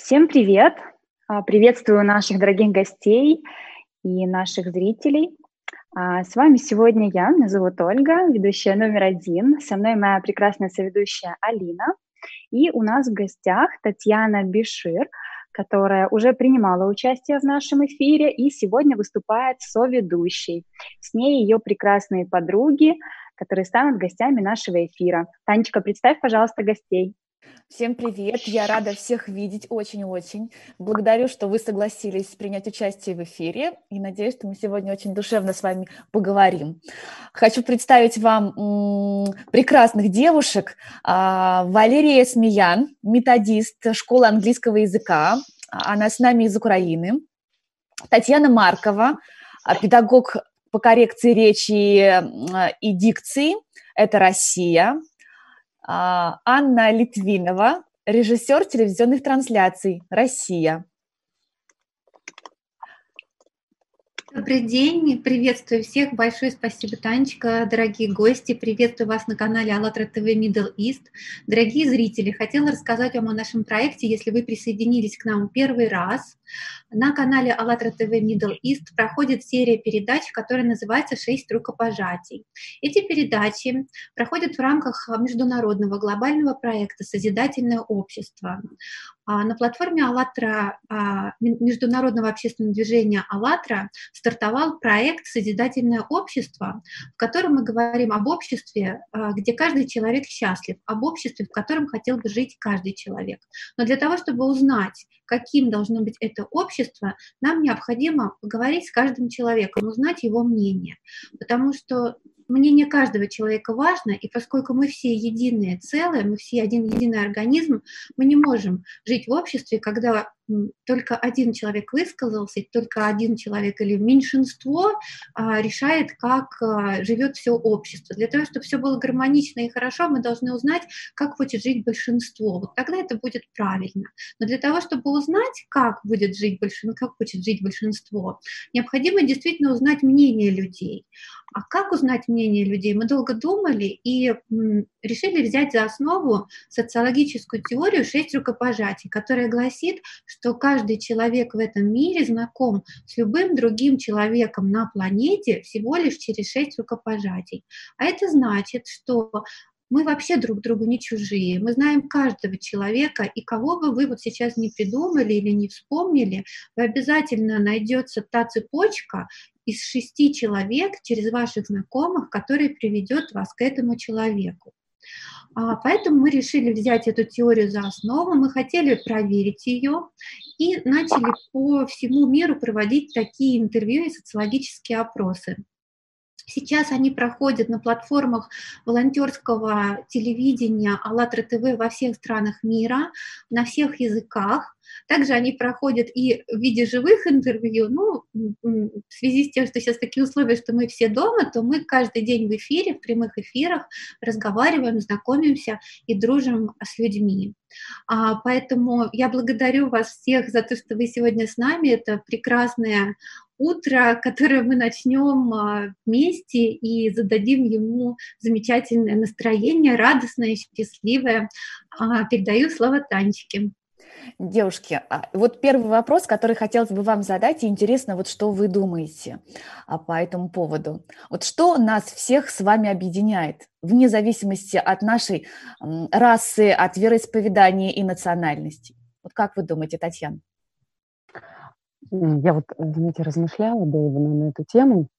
Всем привет! Приветствую наших дорогих гостей и наших зрителей. С вами сегодня я, меня зовут Ольга, ведущая номер один. Со мной моя прекрасная соведущая Алина. И у нас в гостях Татьяна Бишир, которая уже принимала участие в нашем эфире и сегодня выступает соведущей. С ней ее прекрасные подруги, которые станут гостями нашего эфира. Танечка, представь, пожалуйста, гостей. Всем привет! Я рада всех видеть очень-очень. Благодарю, что вы согласились принять участие в эфире и надеюсь, что мы сегодня очень душевно с вами поговорим. Хочу представить вам прекрасных девушек. Валерия Смеян, методист школы английского языка. Она с нами из Украины. Татьяна Маркова, педагог по коррекции речи и дикции. Это Россия. Анна Литвинова, режиссер телевизионных трансляций, Россия. Добрый день, приветствую всех, большое спасибо, Танечка, дорогие гости, приветствую вас на канале АЛЛАТРА ТВ Middle East. Дорогие зрители, хотела рассказать вам о нашем проекте, если вы присоединились к нам первый раз. На канале АЛЛАТРА ТВ Middle East проходит серия передач, которая называется «6 рукопожатий». Эти передачи проходят в рамках международного глобального проекта «Созидательное общество». На платформе АЛЛАТРА, международного общественного движения АЛЛАТРА, стартовал проект «Созидательное общество», в котором мы говорим об обществе, где каждый человек счастлив, об обществе, в котором хотел бы жить каждый человек. Но для того, чтобы узнать, каким должно быть это общество, нам необходимо поговорить с каждым человеком, узнать его мнение, потому что мнение каждого человека важно, и поскольку мы все единое целое, мы все один единый организм, мы не можем жить в обществе, когда только один человек высказался, и только один человек или меньшинство решает, как живет все общество. Для того, чтобы все было гармонично и хорошо, мы должны узнать, как хочет жить большинство. Вот тогда это будет правильно. Но для того, чтобы узнать, как будет жить как хочет жить большинство, необходимо действительно узнать мнение людей. А как узнать мнение людей? Мы долго думали и решили взять за основу социологическую теорию «6 рукопожатий», которая гласит, что каждый человек в этом мире знаком с любым другим человеком на планете всего лишь через 6 рукопожатий. А это значит, что мы вообще друг другу не чужие, мы знаем каждого человека, и кого бы вы вот сейчас не придумали или не вспомнили, вы обязательно найдется та цепочка из 6 человек через ваших знакомых, которая приведет вас к этому человеку. Поэтому мы решили взять эту теорию за основу, мы хотели проверить ее и начали по всему миру проводить такие интервью и социологические опросы. Сейчас они проходят на платформах волонтерского телевидения АЛЛАТРА ТВ во всех странах мира, на всех языках. Также они проходят и в виде живых интервью. В связи с тем, что сейчас такие условия, что мы все дома, то мы каждый день в эфире, в прямых эфирах разговариваем, знакомимся и дружим с людьми. Поэтому я благодарю вас всех за то, что вы сегодня с нами. Это прекрасное утро, которое мы начнем вместе и зададим ему замечательное настроение, радостное, счастливое. Передаю слово Танечке. Девушки, вот первый вопрос, который хотелось бы вам задать, и интересно, вот что вы думаете по этому поводу. Вот что нас всех с вами объединяет, вне зависимости от нашей расы, от вероисповедания и национальности? Вот как вы думаете, Татьяна? Я вот, знаете, размышляла долго на эту тему.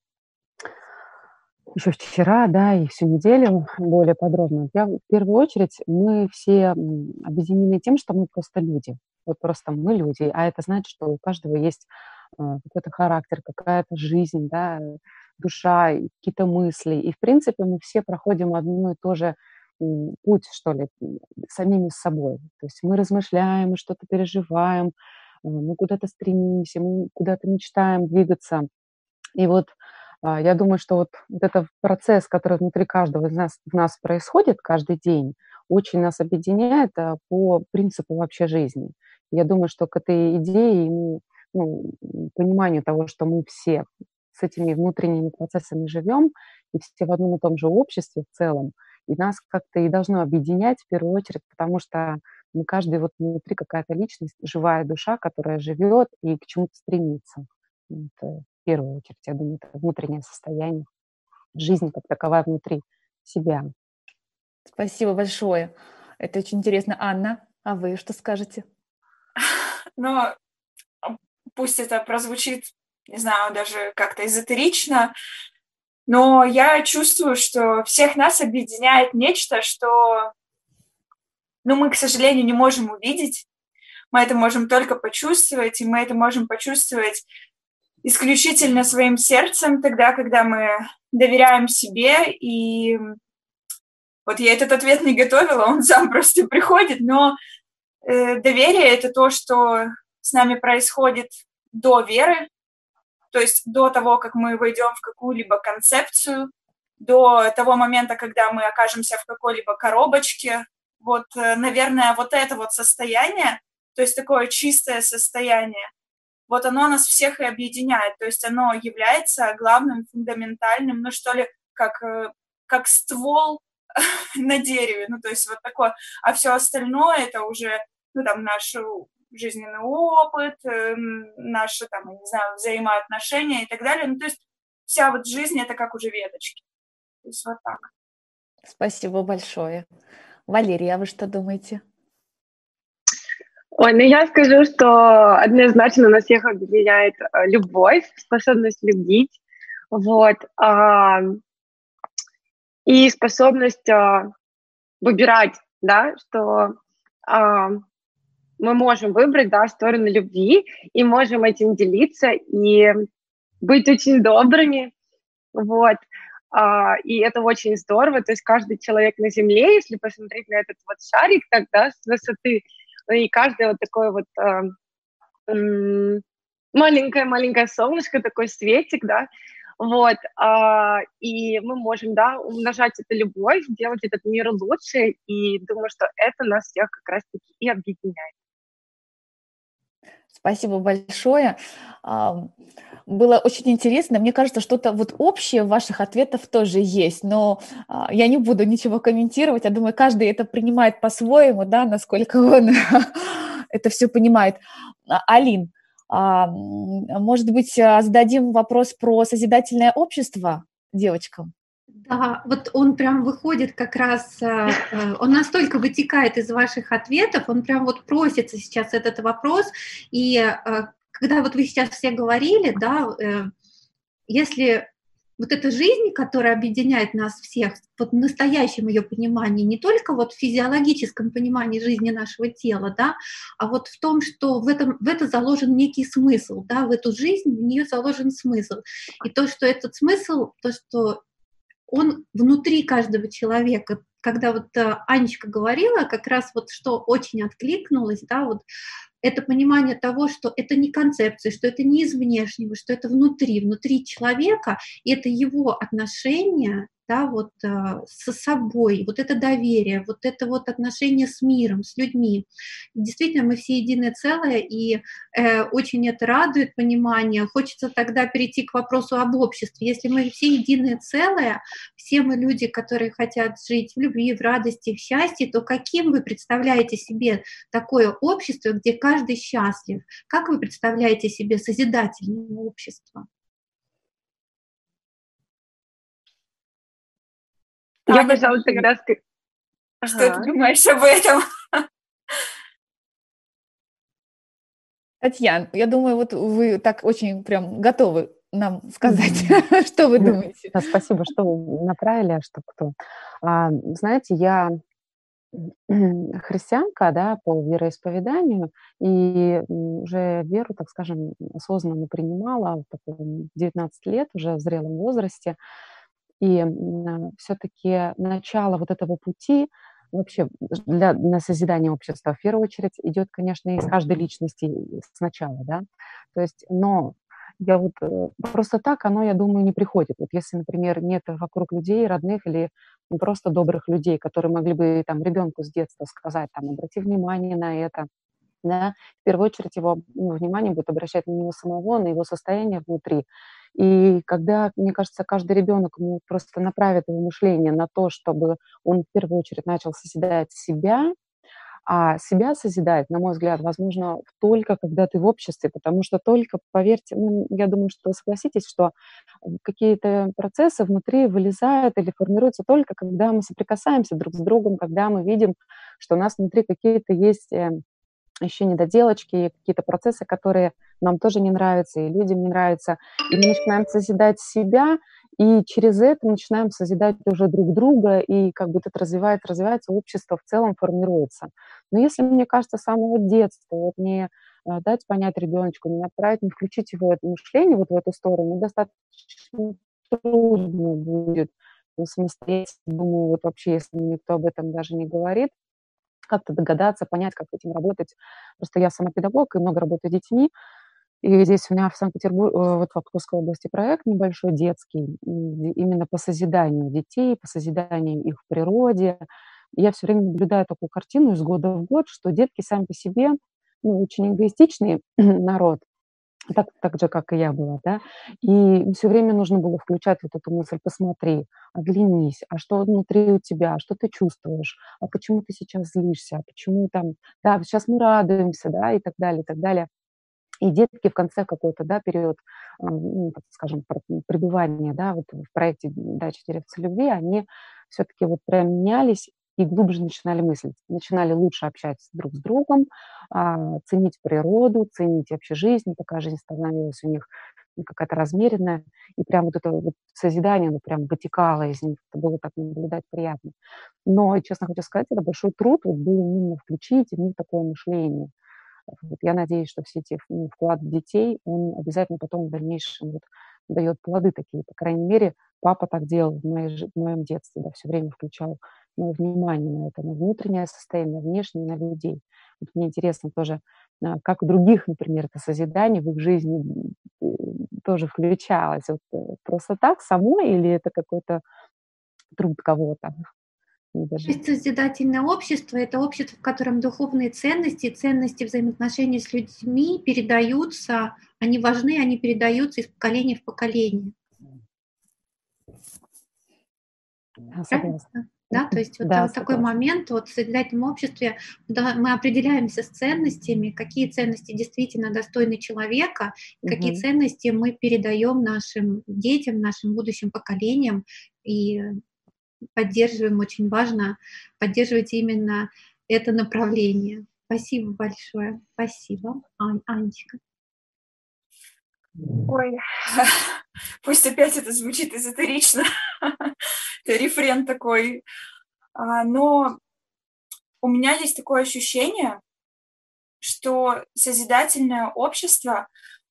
Еще вчера, да, и всю неделю более подробно. В первую очередь мы все объединены тем, что мы просто люди. Вот просто мы люди, а это значит, что у каждого есть какой-то характер, какая-то жизнь, да, душа, какие-то мысли. И, в принципе, мы все проходим одно и то же путь, что ли, самими собой. То есть мы размышляем, мы что-то переживаем, мы куда-то стремимся, мы куда-то мечтаем двигаться. И вот я думаю, что вот этот процесс, который внутри каждого из нас происходит каждый день, очень нас объединяет по принципу вообще жизни. Я думаю, что к этой идее и пониманию того, что мы все с этими внутренними процессами живем, и все в одном и том же обществе в целом, и нас как-то и должно объединять в первую очередь, потому что мы каждый вот внутри какая-то личность, живая душа, которая живет и к чему-то стремится. Это в первую очередь, я думаю, это внутреннее состояние жизни как таковая внутри себя. Спасибо большое. Это очень интересно. Анна, а вы что скажете? Но пусть это прозвучит, не знаю, даже как-то эзотерично, но я чувствую, что всех нас объединяет нечто, что, мы, к сожалению, не можем увидеть. Мы это можем только почувствовать, и мы это можем почувствовать исключительно своим сердцем, тогда, когда мы доверяем себе. И вот я этот ответ не готовила, он сам просто приходит, но доверие – это то, что с нами происходит до веры, то есть до того, как мы войдем в какую-либо концепцию, до того момента, когда мы окажемся в какой-либо коробочке. Вот, наверное, вот это вот состояние, то есть такое чистое состояние, вот оно нас всех и объединяет, то есть оно является главным, фундаментальным, что ли, как ствол на дереве, то есть вот такое, а все остальное это уже, наш жизненный опыт, наши, я не знаю, взаимоотношения и так далее, то есть вся вот жизнь это как уже веточки, то есть вот так. Спасибо большое. Валерия, а вы что думаете? Ой, я скажу, что однозначно нас всех объединяет любовь, способность любить, вот, и способность выбирать, да, что мы можем выбрать, да, сторону любви, и можем этим делиться, и быть очень добрыми, вот, и это очень здорово, то есть каждый человек на Земле, если посмотреть на этот вот шарик тогда с высоты, и каждое вот такое вот маленькое-маленькое солнышко, такой светик, да, вот, и мы можем, да, умножать эту любовь, делать этот мир лучше, и думаю, что это нас всех как раз-таки и объединяет. Спасибо большое. Было очень интересно. Мне кажется, что-то вот общее в ваших ответах тоже есть, но я не буду ничего комментировать. Я думаю, каждый это принимает по-своему, да, насколько он это все понимает. Алин, может быть, зададим вопрос про созидательное общество девочкам? Да, вот он прям выходит как раз, он настолько вытекает из ваших ответов, он прям вот просится сейчас этот вопрос. И когда вот вы сейчас все говорили, да, если вот эта жизнь, которая объединяет нас всех, вот в настоящем ее понимании, не только вот в физиологическом понимании жизни нашего тела, да, а вот в том, что в это заложен некий смысл, да, в эту жизнь, в нее заложен смысл. И то, что этот смысл, то, что он внутри каждого человека. Когда вот Анечка говорила, как раз вот что очень откликнулось, да, вот это понимание того, что это не концепция, что это не из внешнего, что это внутри человека, и это его отношение, да, вот со собой, вот это доверие, вот это вот отношение с миром, с людьми. Действительно, мы все единое целое, и очень это радует понимание. Хочется тогда перейти к вопросу об обществе. Если мы все единое целое, все мы люди, которые хотят жить в любви, в радости, в счастье, то каким вы представляете себе такое общество, где каждый счастлив? Как вы представляете себе созидательное общество? Я, пожалуй, тогда скажу. Что ты думаешь об этом? Татьяна, я думаю, вот вы так очень прям готовы нам сказать, что вы думаете. Спасибо, что вы направили, что кто. Знаете, я христианка, да, по вероисповеданию, и уже веру, так скажем, осознанно принимала в 19 лет, уже в зрелом возрасте. И все-таки начало вот этого пути вообще на созидание общества в первую очередь идет, конечно, из каждой личности сначала, да. То есть, но я вот просто так оно, я думаю, не приходит. Вот если, например, нет вокруг людей, родных или просто добрых людей, которые могли бы там ребенку с детства сказать, там, обрати внимание на это, да, в первую очередь его внимание будет обращать на него самого, на его состояние внутри. И когда, мне кажется, каждый ребенок ему просто направит его мышление на то, чтобы он в первую очередь начал созидать себя, А себя созидать, на мой взгляд, возможно только когда ты в обществе, потому что только, поверьте, я думаю, что вы согласитесь, что какие-то процессы внутри вылезают или формируются только когда мы соприкасаемся друг с другом, когда мы видим, что у нас внутри какие-то есть еще недоделочки, какие-то процессы, которые нам тоже не нравятся, и людям не нравятся. И мы начинаем созидать себя, и через это начинаем созидать уже друг друга, и как бы тут развивается, общество в целом формируется. Но если, мне кажется, с самого детства вот не дать понять ребеночку, не направить, не включить его это мышление вот в эту сторону, достаточно трудно будет самостоятельно, думаю, вот вообще, если никто об этом даже не говорит, как-то догадаться, понять, как с этим работать. Просто я сама педагог и много работаю с детьми. И здесь у меня в Санкт-Петербурге, вот в Иркутской области проект небольшой детский, именно по созиданию детей, по созиданию их в природе. И я все время наблюдаю такую картину из года в год, что детки сами по себе, очень эгоистичный народ, так же, как и я была, да. И все время нужно было включать вот эту мысль: посмотри, оглянись, а что внутри у тебя, что ты чувствуешь, а почему ты сейчас злишься, а почему там, да, сейчас мы радуемся, да, и так далее, и так далее. И детки в конце какой-то, да, период, так скажем, пребывания, да, вот в проекте «Дача деревца любви», они все-таки вот прям менялись и глубже начинали мыслить, начинали лучше общаться друг с другом, ценить природу, ценить вообще жизнь. Такая жизнь становилась у них какая-то размеренная, и прям вот это вот созидание, оно прям вытекало из них. Это было так наблюдать приятно. Но, честно хочу сказать, это большой труд вот был именно включить в них такое мышление. Вот я надеюсь, что все эти вклад в детей, он обязательно потом в дальнейшем вот дает плоды такие. По крайней мере, папа так делал в моем детстве, да, все время включал мое внимание на это, на внутреннее состояние, на внешнее, на людей. Вот мне интересно тоже, как у других, например, это созидание в их жизни тоже включалось. Вот просто так само или это какой-то труд кого-то? То есть созидательное общество – это общество, в котором духовные ценности и ценности взаимоотношений с людьми передаются, они важны, они передаются из поколения в поколение. Согласна. Да, то есть вот, Да, вот такой момент, вот в созидательном обществе мы определяемся с ценностями, какие ценности действительно достойны человека, какие ценности мы передаем нашим детям, нашим будущим поколениям, и поддерживаем, очень важно поддерживать именно это направление. Спасибо большое. Спасибо, Анечка. Ой, пусть опять это звучит эзотерично, это рефрен такой, но у меня есть такое ощущение, что созидательное общество,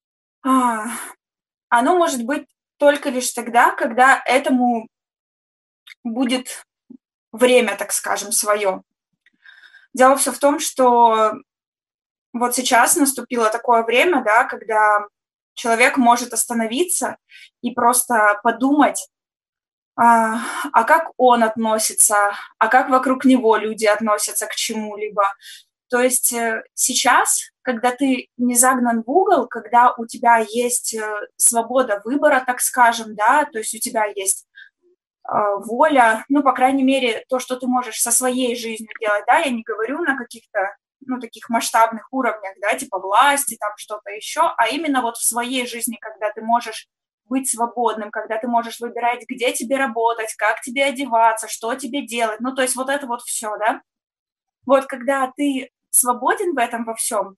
оно может быть только лишь тогда, когда этому будет время, так скажем, свое. Дело все в том, что вот сейчас наступило такое время, да, когда человек может остановиться и просто подумать, а как он относится, а как вокруг него люди относятся к чему-либо. То есть сейчас, когда ты не загнан в угол, когда у тебя есть свобода выбора, так скажем, да, то есть у тебя есть воля, ну, по крайней мере, то, что ты можешь со своей жизнью делать, да, я не говорю на каких-то, ну, таких масштабных уровнях, да, типа власти, там что-то еще, а именно вот в своей жизни, когда ты можешь быть свободным, когда ты можешь выбирать, где тебе работать, как тебе одеваться, что тебе делать, ну, то есть вот это вот все, да. Вот когда ты свободен в этом во всем,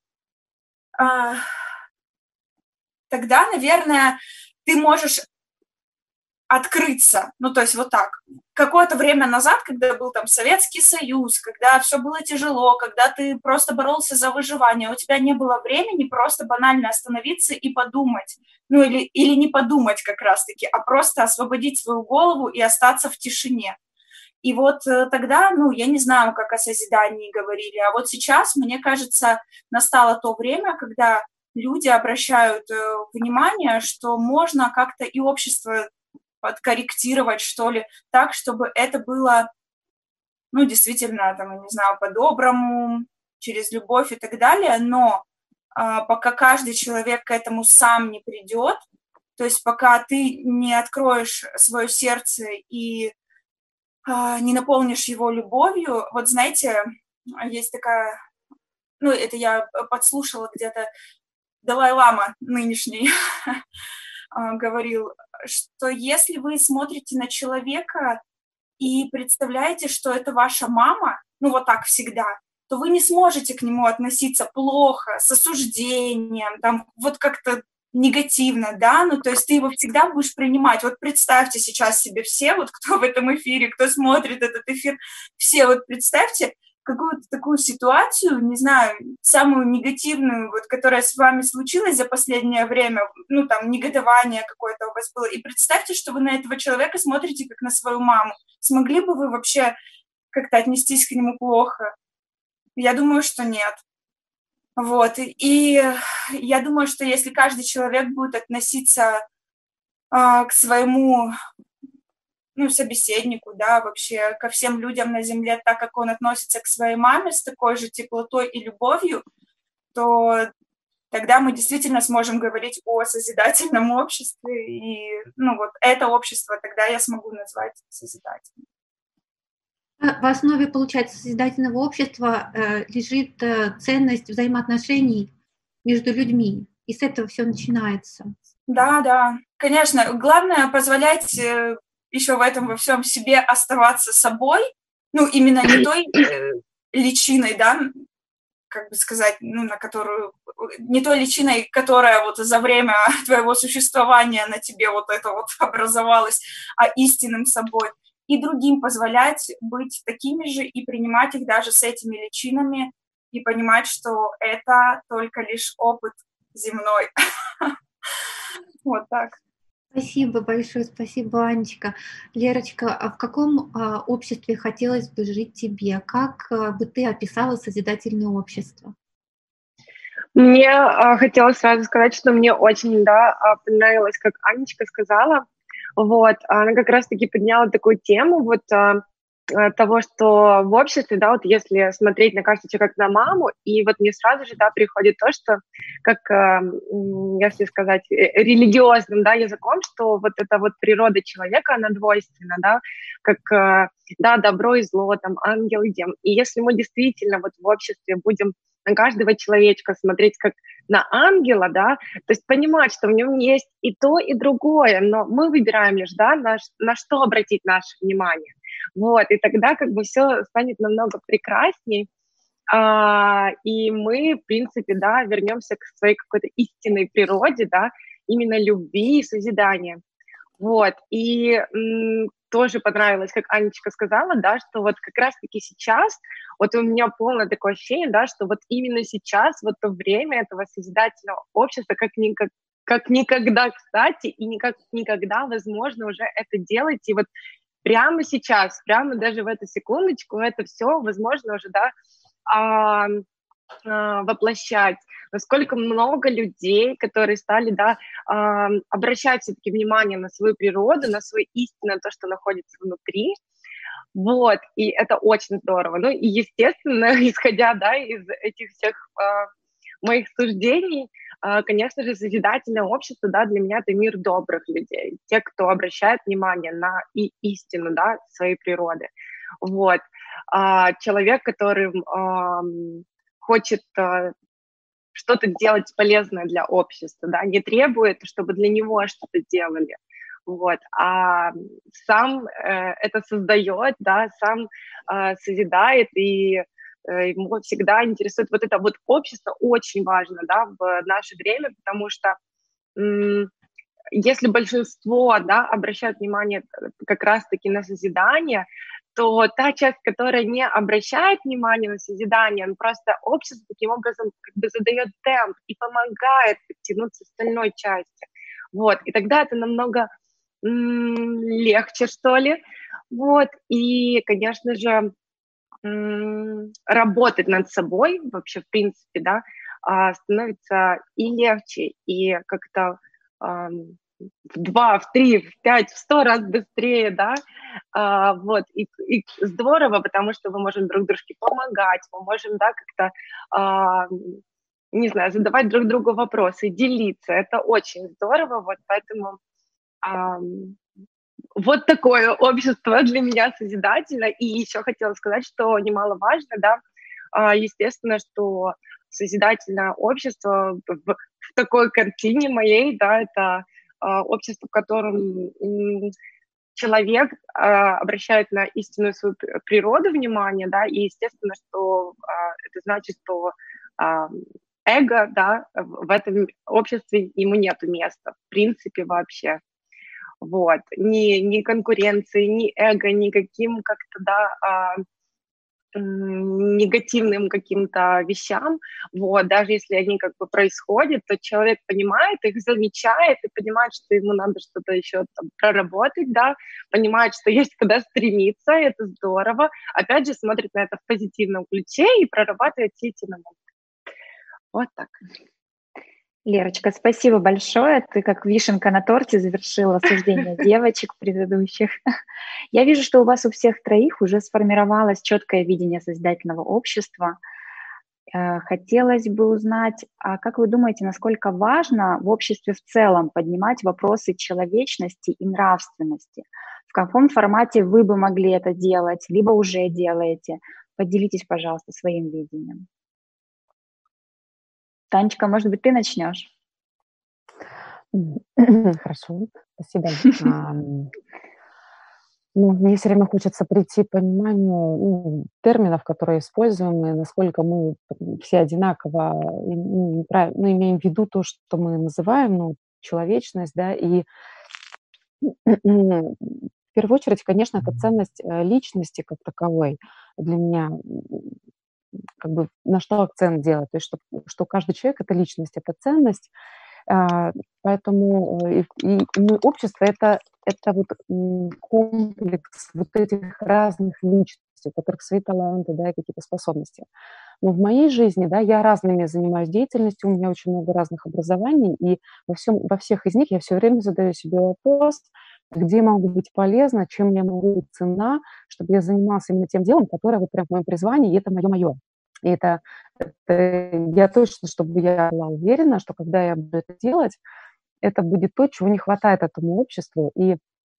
тогда, наверное, ты можешь открыться, ну, то есть вот так. Какое-то время назад, когда был там Советский Союз, когда все было тяжело, когда ты просто боролся за выживание, у тебя не было времени просто банально остановиться и подумать, ну, или не подумать как раз-таки, а просто освободить свою голову и остаться в тишине. И вот тогда, ну, я не знаю, как о созидании говорили, а вот сейчас, мне кажется, настало то время, когда люди обращают внимание, что можно как-то и общество подкорректировать, что ли, так, чтобы это было, ну, действительно, там, я не знаю, по-доброму, через любовь и так далее, но пока каждый человек к этому сам не придет, то есть пока ты не откроешь свое сердце и не наполнишь его любовью, вот знаете, есть такая, ну, это я подслушала где-то, Далай-лама нынешний говорил, что если вы смотрите на человека и представляете, что это ваша мама, ну, вот так всегда, то вы не сможете к нему относиться плохо, с осуждением, там, вот как-то негативно, да, ну, то есть ты его всегда будешь принимать. Вот представьте сейчас себе все, вот кто в этом эфире, кто смотрит этот эфир, все вот представьте какую-то такую ситуацию, не знаю, самую негативную, вот, которая с вами случилась за последнее время, ну, там, негодование какое-то у вас было, и представьте, что вы на этого человека смотрите как на свою маму. Смогли бы вы вообще как-то отнестись к нему плохо? Я думаю, что нет. Вот, и я думаю, что если каждый человек будет относиться к своему, ну, собеседнику, да, вообще ко всем людям на Земле так, как он относится к своей маме, с такой же теплотой и любовью, то тогда мы действительно сможем говорить о созидательном обществе, и, ну, вот это общество тогда я смогу назвать созидательным. В основе, получается, созидательного общества лежит ценность взаимоотношений между людьми, и с этого все начинается. Да, да, конечно. Главное позволять еще в этом во всем себе оставаться собой, ну, именно не той личиной, да, как бы сказать, ну, на которую, не той личиной, которая вот за время твоего существования на тебе вот это вот образовалась, а истинным собой. И другим позволять быть такими же и принимать их даже с этими личинами и понимать, что это только лишь опыт земной. Вот так. Спасибо большое, спасибо, Анечка. Лерочка, а в каком обществе хотелось бы жить тебе? Как бы ты описала созидательное общество? Мне хотелось сразу сказать, что мне очень, да, понравилось, как Анечка сказала. Вот, она как раз-таки подняла такую тему вот того, что в обществе, да, вот если смотреть на каждого человека как на маму, и вот мне сразу же, да, приходит то, что, как, если сказать, религиозным, да, языком, что вот эта вот природа человека, она двойственна, да, как, да, добро и зло, там, ангел и демон. И если мы действительно вот в обществе будем на каждого человечка смотреть как на ангела, да, то есть понимать, что в нем есть и то, и другое, но мы выбираем лишь, да, на что обратить наше внимание. Вот, и тогда как бы все станет намного прекрасней, и мы, в принципе, да, вернемся к своей какой-то истинной природе, да, именно любви и созидания. Вот, и тоже понравилось, как Анечка сказала, да, что вот как раз-таки сейчас, вот у меня полное такое ощущение, да, что вот именно сейчас, вот то время этого созидательного общества, как никогда, кстати, и никогда возможно уже это делать, и вот прямо сейчас, прямо даже в эту секундочку это все возможно уже, да, воплощать. Насколько много людей, которые стали, да, обращать все-таки внимание на свою природу, на свою истину, на то, что находится внутри. Вот, и это очень здорово. Ну и, естественно, исходя, да, из этих всех моих суждений, конечно же, созидательное общество, да, для меня это мир добрых людей, те, кто обращает внимание на истину, да, своей природы. Вот. Человек, который хочет что-то делать полезное для общества, да, не требует, чтобы для него что-то делали, вот, а сам это создает, да, сам созидает, и ему всегда интересует вот это вот общество, очень важно, да, в наше время, потому что если большинство, да, обращает внимание как раз-таки на созидание, то та часть, которая не обращает внимания на созидание, просто общество таким образом как бы задает темп и помогает подтянуться остальной части. Вот, и тогда это намного легче, что ли. Вот, и, конечно же, работать над собой вообще, в принципе, да, становится и легче, и как-то в 2, в 3, в 5, в 100 раз быстрее, да, вот, и здорово, потому что мы можем друг дружке помогать, мы можем, да, как-то, не знаю, задавать друг другу вопросы, делиться, это очень здорово, вот, поэтому вот такое общество для меня созидательно, и еще хотела сказать, что немаловажно, да, естественно, что созидательное общество в такой картине моей, да, это общество, в котором человек обращает на истинную свою природу внимание, да, и естественно, что это значит, что эго, да, в этом обществе ему нету места, в принципе, вообще. Вот. Ни конкуренции, ни эго, никаким как-то, да, негативным каким-то вещам, вот, даже если они как бы происходят, то человек понимает их, замечает и понимает, что ему надо что-то еще там проработать, да, понимает, что есть куда стремиться, это здорово, опять же смотрит на это в позитивном ключе и прорабатывает все эти моменты. Вот так. Лерочка, спасибо большое. Ты как вишенка на торте завершила обсуждение девочек предыдущих. Я вижу, что у вас у всех троих уже сформировалось четкое видение созидательного общества. Хотелось бы узнать, а как вы думаете, насколько важно в обществе в целом поднимать вопросы человечности и нравственности? В каком формате вы бы могли это делать, либо уже делаете? Поделитесь, пожалуйста, своим видением. Танечка, может быть, ты начнешь? Хорошо, спасибо. Ну, мне все время хочется прийти к пониманию терминов, которые используем, и насколько мы все одинаково имеем в виду то, что мы называем, человечность, да, и в первую очередь, конечно, это ценность личности как таковой для меня, как бы на что акцент делать, то есть что каждый человек — это личность, это ценность. Поэтому общество — это вот комплекс вот этих разных личностей, у которых свои таланты, да, и какие-то способности. Но в моей жизни, да, я разными занимаюсь деятельностью, у меня очень много разных образований, и во всех из них я все время задаю себе вопрос, где я могу быть полезна, чем я могу быть ценна, чтобы я занималась именно тем делом, которое вот прям в моем призвании, и это мое. И это я точно, чтобы я была уверена, что когда я буду это делать, это будет то, чего не хватает этому обществу. И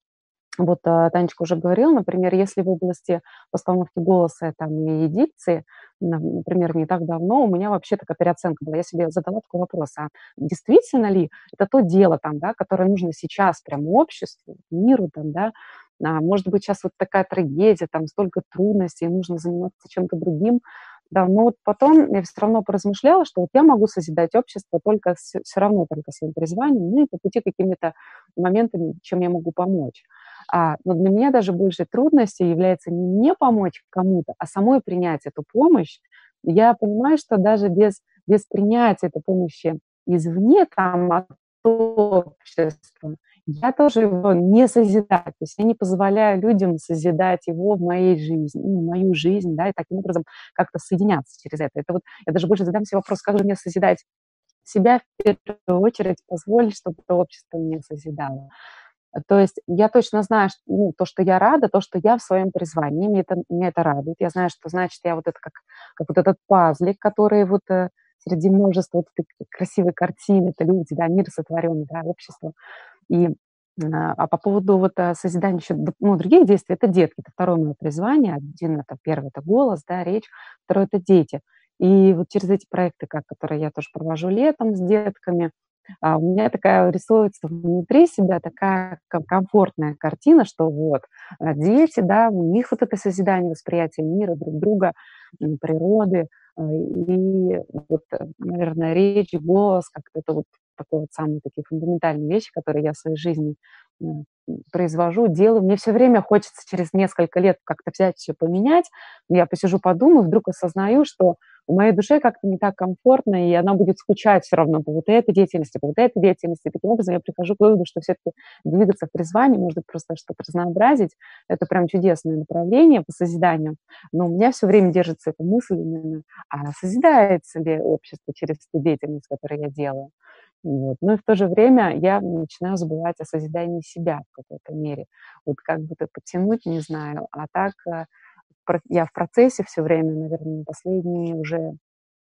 вот Танечка уже говорила, например, если в области постановки голоса там, и дикции, например, не так давно у меня вообще такая переоценка была. Я себе задала такой вопрос, а действительно ли это то дело, там, да, которое нужно сейчас прям обществу, миру, там, да, может быть, сейчас вот такая трагедия, там столько трудностей, нужно заниматься чем-то другим. Да, но вот потом я все равно поразмышляла, что вот я могу созидать общество только все равно только своим призванием, ну и по пути какими-то моментами, чем я могу помочь. Но для меня даже больше трудностью является не мне помочь кому-то, а самой принять эту помощь. Я понимаю, что даже без принятия этой помощи извне, там, от общества, я тоже его не созидаю. То есть я не позволяю людям созидать его в моей жизни, мою жизнь, да, и таким образом как-то соединяться через это. Это вот я даже больше задам себе вопрос, как же мне созидать себя в первую очередь, позволить, чтобы это общество меня созидало. То есть я точно знаю, что, то, что я рада, то, что я в своем призвании, меня это радует. Я знаю, что значит я вот это как вот этот пазлик, который вот среди множества вот этой красивой картины, это люди, да, мир сотворенный, да, общество. И по поводу вот созидания еще других действий, это детки, это второе мое призвание. Первый это голос, да, речь, второе это дети. И вот через эти проекты, которые я тоже провожу летом с детками, у меня такая рисуется внутри себя такая комфортная картина, что вот дети, да, у них вот это созидание, восприятие мира, друг друга, природы, и вот, наверное, речь, голос, как-то это вот такие вот самые такие фундаментальные вещи, которые я в своей жизни произвожу, делаю. Мне все время хочется через несколько лет как-то взять все поменять. Я посижу, подумаю, вдруг осознаю, что у моей душе как-то не так комфортно, и она будет скучать все равно по вот этой деятельности, по вот этой деятельности. И таким образом я прихожу к выводу, что все-таки двигаться в призвании, может быть, просто что-то разнообразить. Это прям чудесное направление по созиданию. Но у меня все время держится эта мысль именно, а созидается ли общество через ту деятельность, которую я делаю. Вот. Но и в то же время я начинаю забывать о созидании себя в какой-то мере. Вот как бы это подтянуть, не знаю. А так я в процессе все время, наверное, последние уже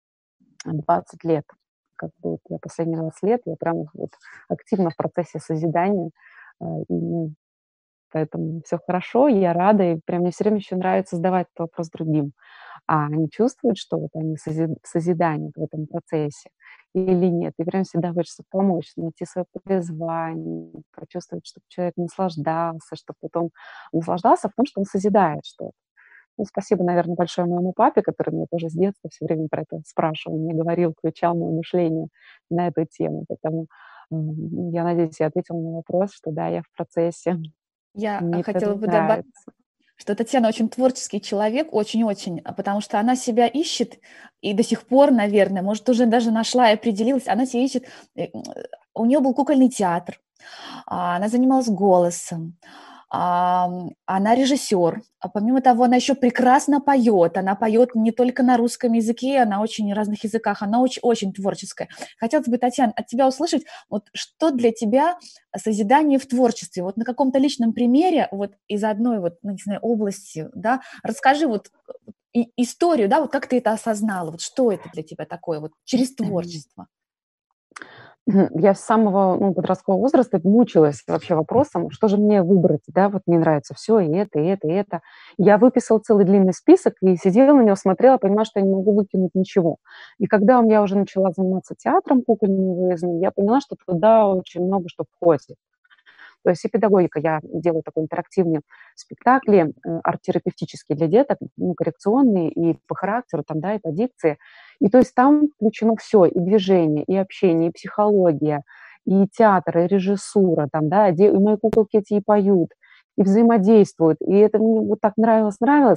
20 лет. Как бы вот я последние 20 лет, я прям вот активно в процессе созидания. И поэтому все хорошо, я рада, и прям мне все время еще нравится задавать этот вопрос другим. а они чувствуют, что вот они созидание в этом процессе или нет. И прям всегда хочется помочь, найти свое призвание, почувствовать, чтобы человек наслаждался, чтобы потом наслаждался в том, что он созидает что-то. Ну, спасибо, наверное, большое моему папе, который мне тоже с детства все время про это спрашивал, мне говорил, включал мое мышление на эту тему. Поэтому я надеюсь, я ответила на вопрос, что да, я в процессе. Я Мне хотела это бы добавить, нравится. что Татьяна очень творческий человек, очень-очень, потому что она себя ищет и до сих пор, наверное, может, уже даже нашла и определилась, она себя ищет. У нее был кукольный театр, она занималась голосом, она режиссер. А помимо того, она еще прекрасно поет. Она поет не только на русском языке, она очень на разных языках. Она очень творческая. Хотелось бы, Татьяна, от тебя услышать, вот что для тебя созидание в творчестве? Вот на каком-то личном примере, вот из одной вот, ну, не знаю, области, да, расскажи вот историю, да, вот как ты это осознала, вот что это для тебя такое, вот через творчество? Я с самого подросткового возраста мучилась вообще вопросом, что же мне выбрать, да, вот мне нравится все, и это, и это, и это. Я выписала целый длинный список и сидела на него, смотрела, понимала, что я не могу выкинуть ничего. И когда я уже начала заниматься театром кукольным выездным, я поняла, что туда очень много что входит. То есть и педагогика. Я делаю такой интерактивные спектакли арт-терапевтические для деток, коррекционные и по характеру, там, да, и по дикции. И то есть там включено все, и движение, и общение, и психология, и театр, и режиссура, там, да, и мои куколки эти и поют, и взаимодействуют. И это мне вот так нравилось.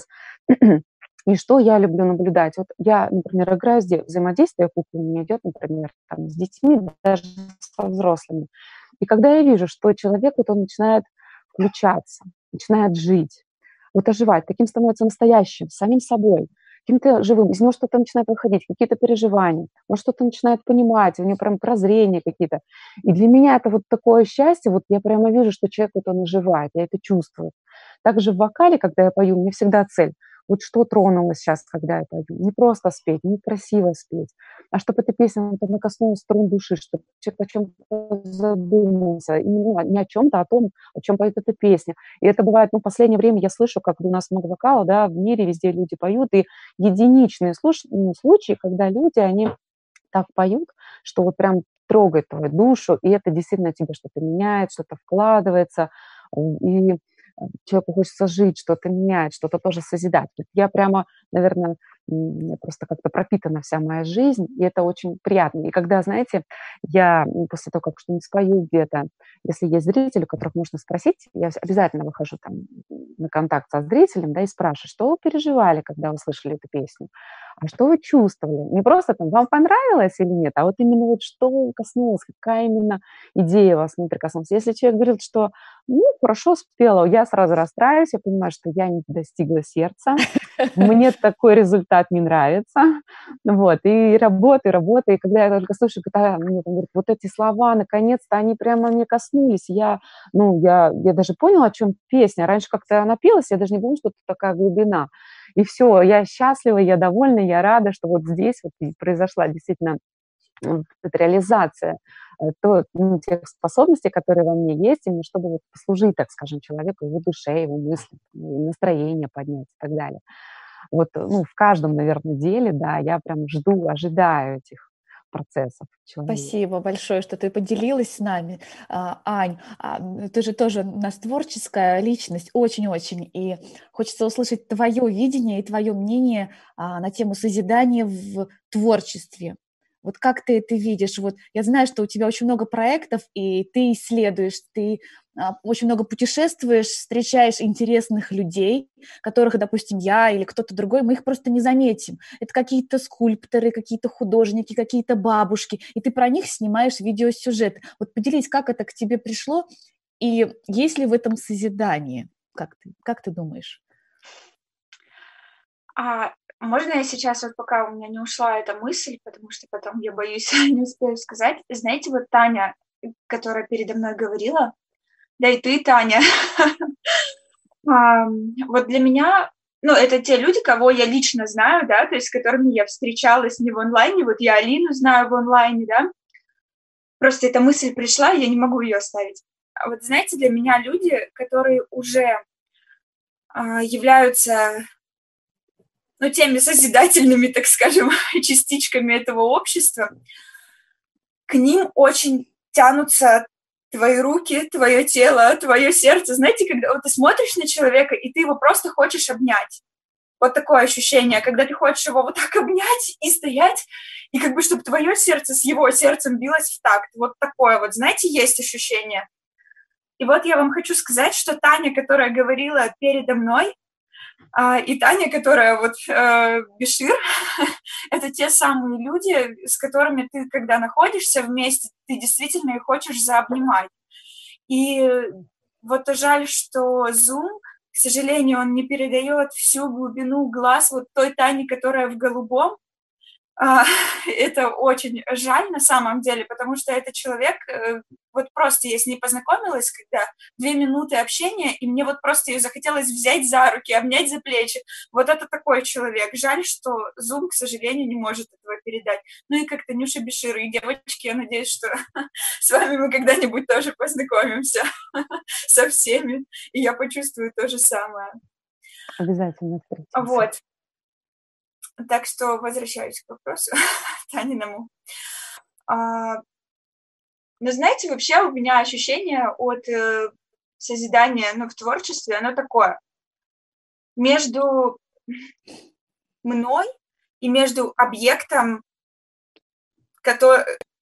И что я люблю наблюдать? Вот я, например, играю здесь, взаимодействие куклы у меня идет, например, там, с детьми, даже со взрослыми. И когда я вижу, что человек, вот он начинает включаться, начинает жить, вот оживать, таким становится настоящим, самим собой, каким-то живым, из него что-то начинает выходить, какие-то переживания, он что-то начинает понимать, у него прям прозрения какие-то. И для меня это вот такое счастье, вот я прямо вижу, что человек, вот он оживает, я это чувствую. Также в вокале, когда я пою, у меня всегда цель. Вот что тронуло сейчас, когда я пою? Не просто спеть, не красиво спеть, а чтобы эта песня коснулась струн души, чтобы человек о чем-то задумался, и, не о чем-то, а о том, о чем поет эта песня. И это бывает, в последнее время я слышу, как у нас много вокала, да, в мире везде люди поют, и единичные случаи, когда люди, они так поют, что вот прям трогает твою душу, и это действительно тебе что-то меняет, что-то вкладывается, и человеку хочется жить, что-то менять, что-то тоже созидать. Я прямо, наверное, просто как-то пропитана вся моя жизнь, и это очень приятно. И когда, знаете, я после того, как что-нибудь спою где-то, если есть зрители, которых можно спросить, я обязательно выхожу там на контакт со зрителем, да, и спрашиваю, что вы переживали, когда вы слышали эту песню, а что вы чувствовали? Не просто там, вам понравилось или нет, а вот именно вот что коснулось, какая именно идея вас внутри коснулась. Если человек говорит, что хорошо спела, я сразу расстраиваюсь, я понимаю, что я не достигла сердца, мне такой результат не нравится, вот, и работаю, и когда я только слышу, когда мне там говорят, вот эти слова, наконец-то, они прямо мне коснулись, я даже поняла, о чем песня, раньше как-то она пелась, я даже не думала, что это такая глубина, и все, я счастлива, я довольна, я рада, что вот здесь вот произошла действительно эта реализация тех способностей, которые во мне есть, именно чтобы вот послужить, так скажем, человеку, его душе, его мыслям, настроение поднять и так далее. Вот, в каждом, наверное, деле, да, я прям ожидаю этих процессов человека. Спасибо большое, что ты поделилась с нами, Ань. Ты же тоже у нас творческая личность, очень-очень, и хочется услышать твое видение и твое мнение на тему созидания в творчестве. Вот как ты это видишь? Вот я знаю, что у тебя очень много проектов, и ты исследуешь, ты очень много путешествуешь, встречаешь интересных людей, которых, допустим, я или кто-то другой, мы их просто не заметим. Это какие-то скульпторы, какие-то художники, какие-то бабушки, и ты про них снимаешь видеосюжет. Вот поделись, как это к тебе пришло, и есть ли в этом созидание? Как ты думаешь? Можно я сейчас, вот пока у меня не ушла эта мысль, потому что потом я боюсь, не успею сказать. Знаете, вот Таня, которая передо мной говорила, да и ты, Таня, вот для меня, это те люди, кого я лично знаю, да, то есть с которыми я встречалась не в онлайне, вот я Алину знаю в онлайне, да, просто эта мысль пришла, я не могу ее оставить. А вот знаете, для меня люди, которые уже являются ну, теми созидательными, так скажем, частичками этого общества, к ним очень тянутся твои руки, твое тело, твое сердце. Знаете, когда вот ты смотришь на человека, и ты его просто хочешь обнять. Вот такое ощущение, когда ты хочешь его вот так обнять и стоять, и как бы чтобы твое сердце с его сердцем билось в такт. Вот такое вот, знаете, есть ощущение. И вот я вам хочу сказать, что Таня, которая говорила передо мной, и Таня, которая вот Бешир, это те самые люди, с которыми ты, когда находишься вместе, ты действительно их хочешь заобнимать. И вот жаль, что Zoom, к сожалению, он не передает всю глубину глаз вот той Тани, которая в голубом. Это очень жаль на самом деле, потому что этот человек, вот просто я с ней познакомилась, когда 2 минуты общения, и мне вот просто ее захотелось взять за руки, обнять за плечи. Вот это такой человек. Жаль, что Zoom, к сожалению, не может этого передать. Ну и как Танюша Бешир, и девочки, я надеюсь, что с вами мы когда-нибудь тоже познакомимся со всеми, и я почувствую то же самое. Обязательно встретимся. Вот. Так что возвращаюсь к вопросу Таниному. Но знаете, вообще у меня ощущение от созидания, в творчестве, оно такое. Между мной и между объектом, который,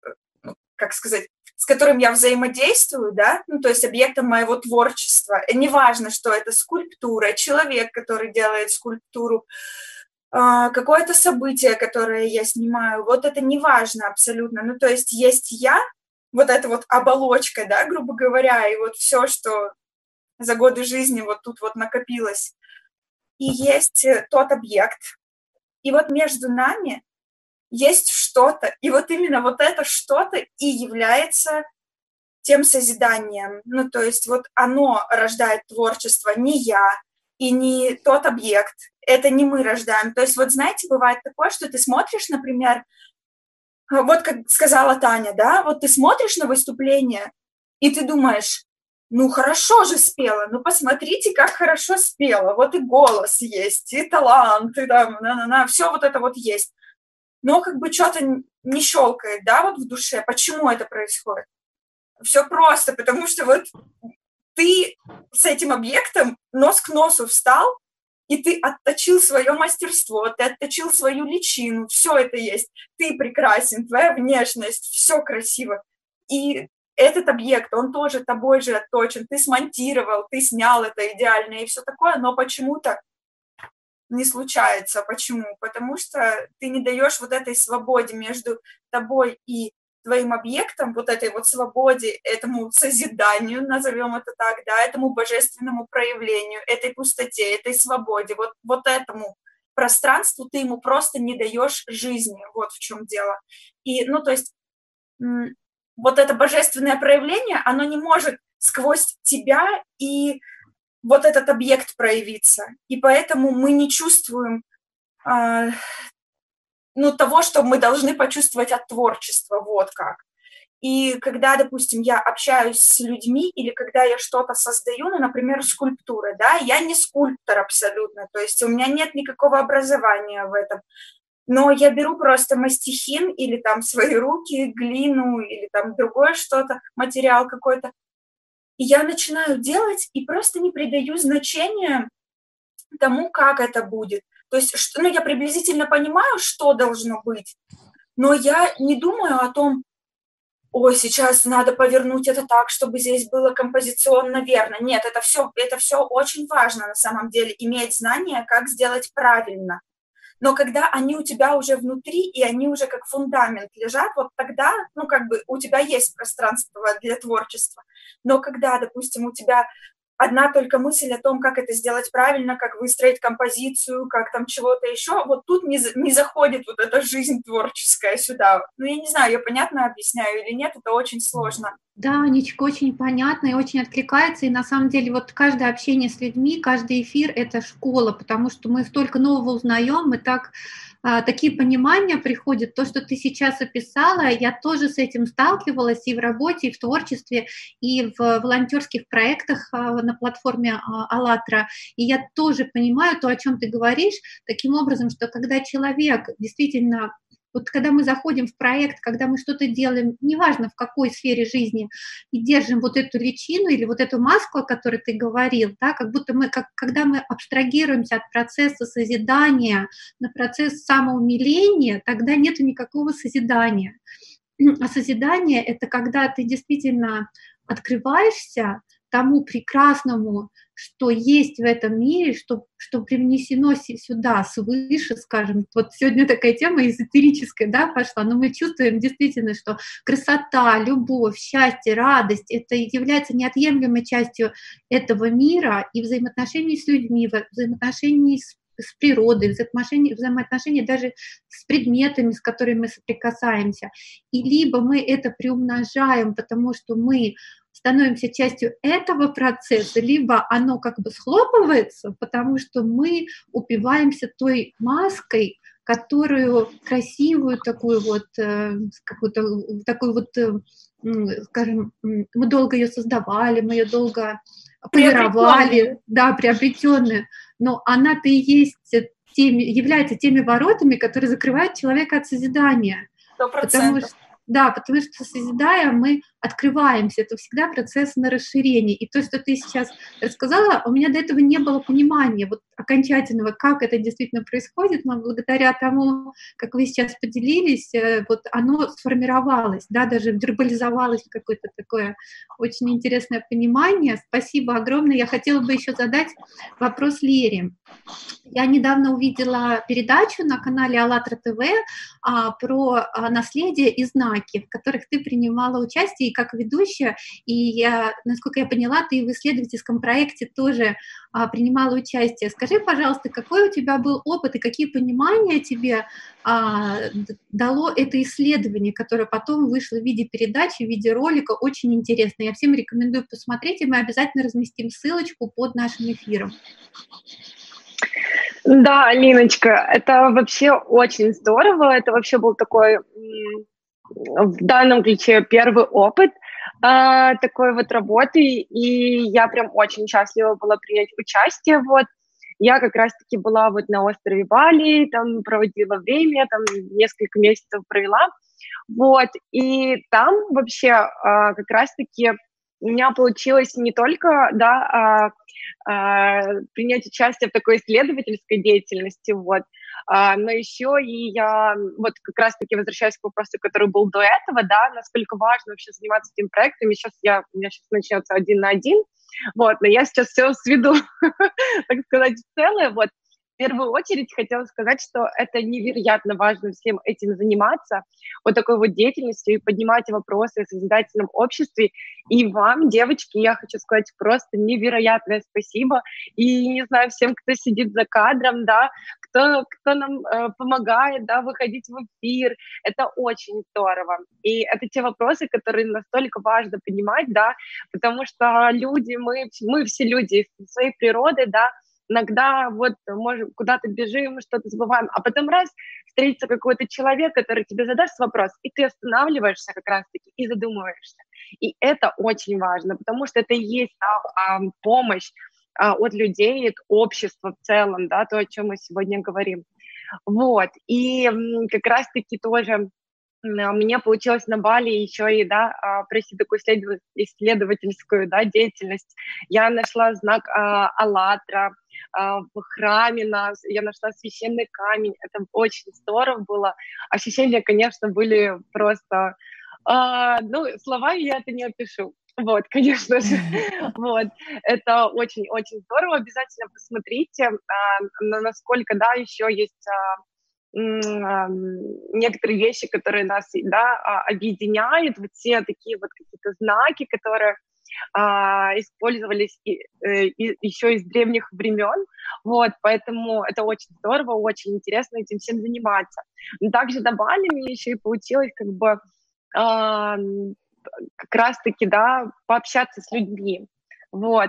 с которым я взаимодействую, да, то есть объектом моего творчества. И неважно, что это скульптура, человек, который делает скульптуру, какое-то событие, которое я снимаю, вот это не важно абсолютно. То есть есть я, вот эта вот оболочка, да, грубо говоря, и вот все, что за годы жизни вот тут вот накопилось. И есть тот объект. И вот между нами есть что-то, и вот именно вот это что-то и является тем созиданием. То есть вот оно рождает творчество, не я, и не тот объект. Это не мы рождаем. То есть вот знаете, бывает такое, что ты смотришь, например, вот как сказала Таня, да, вот ты смотришь на выступление, и ты думаешь, хорошо же спела, посмотрите, как хорошо спела, вот и голос есть, и талант, и там, все вот это вот есть. Но как бы что-то не щелкает, да, вот в душе. Почему это происходит? Все просто, потому что вот ты с этим объектом нос к носу встал, и ты отточил свое мастерство, ты отточил свою личину, все это есть. Ты прекрасен, твоя внешность, все красиво. И этот объект, он тоже тобой же отточен, ты смонтировал, ты снял это идеально и все такое, но почему-то не случается. Почему? Потому что ты не даешь вот этой свободе между тобой и твоим объектом, вот этой вот свободе, этому созиданию, назовем это так, да, этому божественному проявлению, этой пустоте, этой свободе, вот этому пространству ты ему просто не даешь жизни, вот в чем дело. И, то есть, вот это божественное проявление, оно не может сквозь тебя и вот этот объект проявиться. И поэтому мы не чувствуем того, что мы должны почувствовать от творчества, вот как. И когда, допустим, я общаюсь с людьми или когда я что-то создаю, например, скульптуры, да, я не скульптор абсолютно, то есть у меня нет никакого образования в этом, но я беру просто мастихин или там свои руки, глину или там другое что-то, материал какой-то, и я начинаю делать и просто не придаю значения тому, как это будет. То есть, я приблизительно понимаю, что должно быть, но я не думаю о том, сейчас надо повернуть это так, чтобы здесь было композиционно верно. Нет, это все очень важно на самом деле, иметь знания, как сделать правильно. Но когда они у тебя уже внутри, и они уже как фундамент лежат, вот тогда, у тебя есть пространство для творчества. Но когда, допустим, у тебя одна только мысль о том, как это сделать правильно, как выстроить композицию, как там чего-то еще, вот тут не заходит вот эта жизнь творческая сюда. Я не знаю, я понятно объясняю или нет, это очень сложно. Да, Анечка, очень понятно и очень откликается, и на самом деле вот каждое общение с людьми, каждый эфир – это школа, потому что мы столько нового узнаем, мы так такие понимания приходят. То, что ты сейчас описала, я тоже с этим сталкивалась и в работе, и в творчестве, и в волонтерских проектах на платформе «АЛЛАТРА». И я тоже понимаю то, о чем ты говоришь, таким образом, что когда человек действительно... Вот когда мы заходим в проект, когда мы что-то делаем, неважно в какой сфере жизни, и держим вот эту личину или вот эту маску, о которой ты говорил, да, как будто мы, когда мы абстрагируемся от процесса созидания на процесс самоумиления, тогда нет никакого созидания. А созидание – это когда ты действительно открываешься тому прекрасному, что есть в этом мире, что привнесено сюда, свыше, скажем. Вот сегодня такая тема эзотерическая, да, пошла, но мы чувствуем действительно, что красота, любовь, счастье, радость – это является неотъемлемой частью этого мира и взаимоотношений с людьми, взаимоотношений с природой, взаимоотношения даже с предметами, с которыми мы соприкасаемся. И либо мы это приумножаем, потому что мы становимся частью этого процесса, либо оно как бы схлопывается, потому что мы упиваемся той маской, которую красивую такую вот, какую-то такую вот, скажем, мы долго ее создавали, мы ее долго полировали, да, приобретенную, но она-то и есть является теми воротами, которые закрывают человека от созидания. 100%. Потому что созидая, мы открываемся. Это всегда процесс на расширение. И то, что ты сейчас рассказала, у меня до этого не было понимания вот окончательного, как это действительно происходит, но благодаря тому, как вы сейчас поделились, вот оно сформировалось, да, даже вербализовалось в какое-то такое очень интересное понимание. Спасибо огромное. Я хотела бы еще задать вопрос Лере. Я недавно увидела передачу на канале АЛЛАТРА ТВ про наследие и знаки, в которых ты принимала участие и как ведущая, и насколько я поняла, ты в исследовательском проекте тоже принимала участие. Скажи, пожалуйста, какой у тебя был опыт и какие понимания тебе дало это исследование, которое потом вышло в виде передачи, в виде ролика, очень интересно. Я всем рекомендую посмотреть, и мы обязательно разместим ссылочку под нашим эфиром. Да, Алиночка, это вообще очень здорово. Это вообще был такой в данном ключе первый опыт такой вот работы, и я прям очень счастлива была принять участие. Вот. Я как раз-таки была вот на острове Бали, там проводила время, там несколько месяцев провела. Вот. И там вообще как раз-таки у меня получилось не только, да, принять участие в такой исследовательской деятельности, вот, но еще и я, вот как раз-таки возвращаюсь к вопросу, который был до этого, да, насколько важно вообще заниматься этим проектом. У меня сейчас начнется 1 на 1, вот, но я сейчас все сведу, так сказать, в целое, вот. В первую очередь хотела сказать, что это невероятно важно всем этим заниматься, вот такой вот деятельностью, и поднимать вопросы о созидательном обществе. И вам, девочки, я хочу сказать просто невероятное спасибо. И, не знаю, всем, кто сидит за кадром, да, кто нам помогает, да, выходить в эфир. Это очень здорово. И это те вопросы, которые настолько важно понимать, да, потому что люди, мы все люди своей природы, да, иногда вот можем куда-то бежим, что-то забываем, а потом раз встретится какой-то человек, который тебе задаст вопрос, и ты останавливаешься как раз-таки и задумываешься. И это очень важно, потому что это и есть помощь от людей, от общества в целом, да, то, о чем мы сегодня говорим. Вот, и как раз-таки тоже мне получилось на Бали еще и, да, пройти такую исследовательскую, да, деятельность. Я нашла знак АЛЛАТРА в храме, я нашла священный камень. Это очень здорово было. Ощущения, конечно, были просто... словами я это не опишу. Вот, конечно же. Вот. Это очень-очень здорово. Обязательно посмотрите, насколько, да, еще есть... некоторые вещи, которые нас, да, объединяют, вот все такие вот какие-то знаки, которые использовались еще из древних времен, вот, поэтому это очень здорово, очень интересно этим всем заниматься. Но также на Бали мне еще и получилось как бы как раз-таки, да, пообщаться с людьми, вот.